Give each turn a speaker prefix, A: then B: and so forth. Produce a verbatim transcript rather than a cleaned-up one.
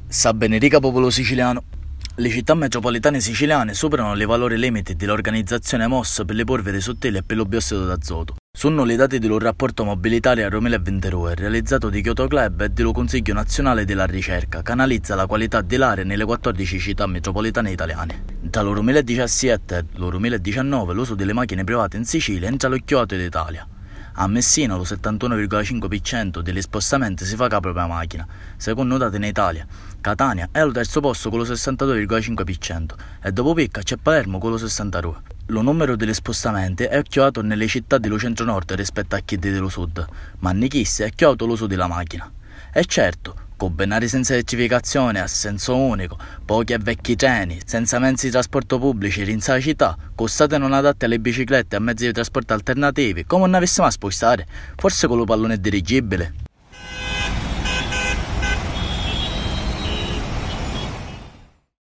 A: Sa benedica popolo siciliano. Le città metropolitane siciliane superano i valori limiti dell'organizzazione M O S per le polveri sottili e per lo biossido d'azoto. Sono i dati dello rapporto mobilitare al duemilaventidue realizzato di Kyoto Club e dello Consiglio Nazionale della Ricerca, che analizza la qualità dell'aria nelle quattordici città metropolitane italiane. Tra il duemiladiciassette e il duemiladiciannove l'uso delle macchine private in Sicilia entra all'occhiato d'Italia. A Messina lo settantuno virgola cinque per cento degli spostamenti si fa con la propria macchina, secondo dati in Italia. Catania è al terzo posto con lo sessantadue virgola cinque per cento e dopo Picca c'è Palermo con lo sessantadue per cento. Lo numero degli spostamenti è occhiato nelle città dello centro-nord rispetto a chi dello sud, ma in chi è occhiato l'uso della macchina. E certo, con binari senza elettrificazione a senso unico, pochi e vecchi treni, senza mezzi di trasporto pubblici in la città, con strade non adatte alle biciclette e a mezzi di trasporto alternativi, come non avessimo a spostare? Forse con lo pallone dirigibile?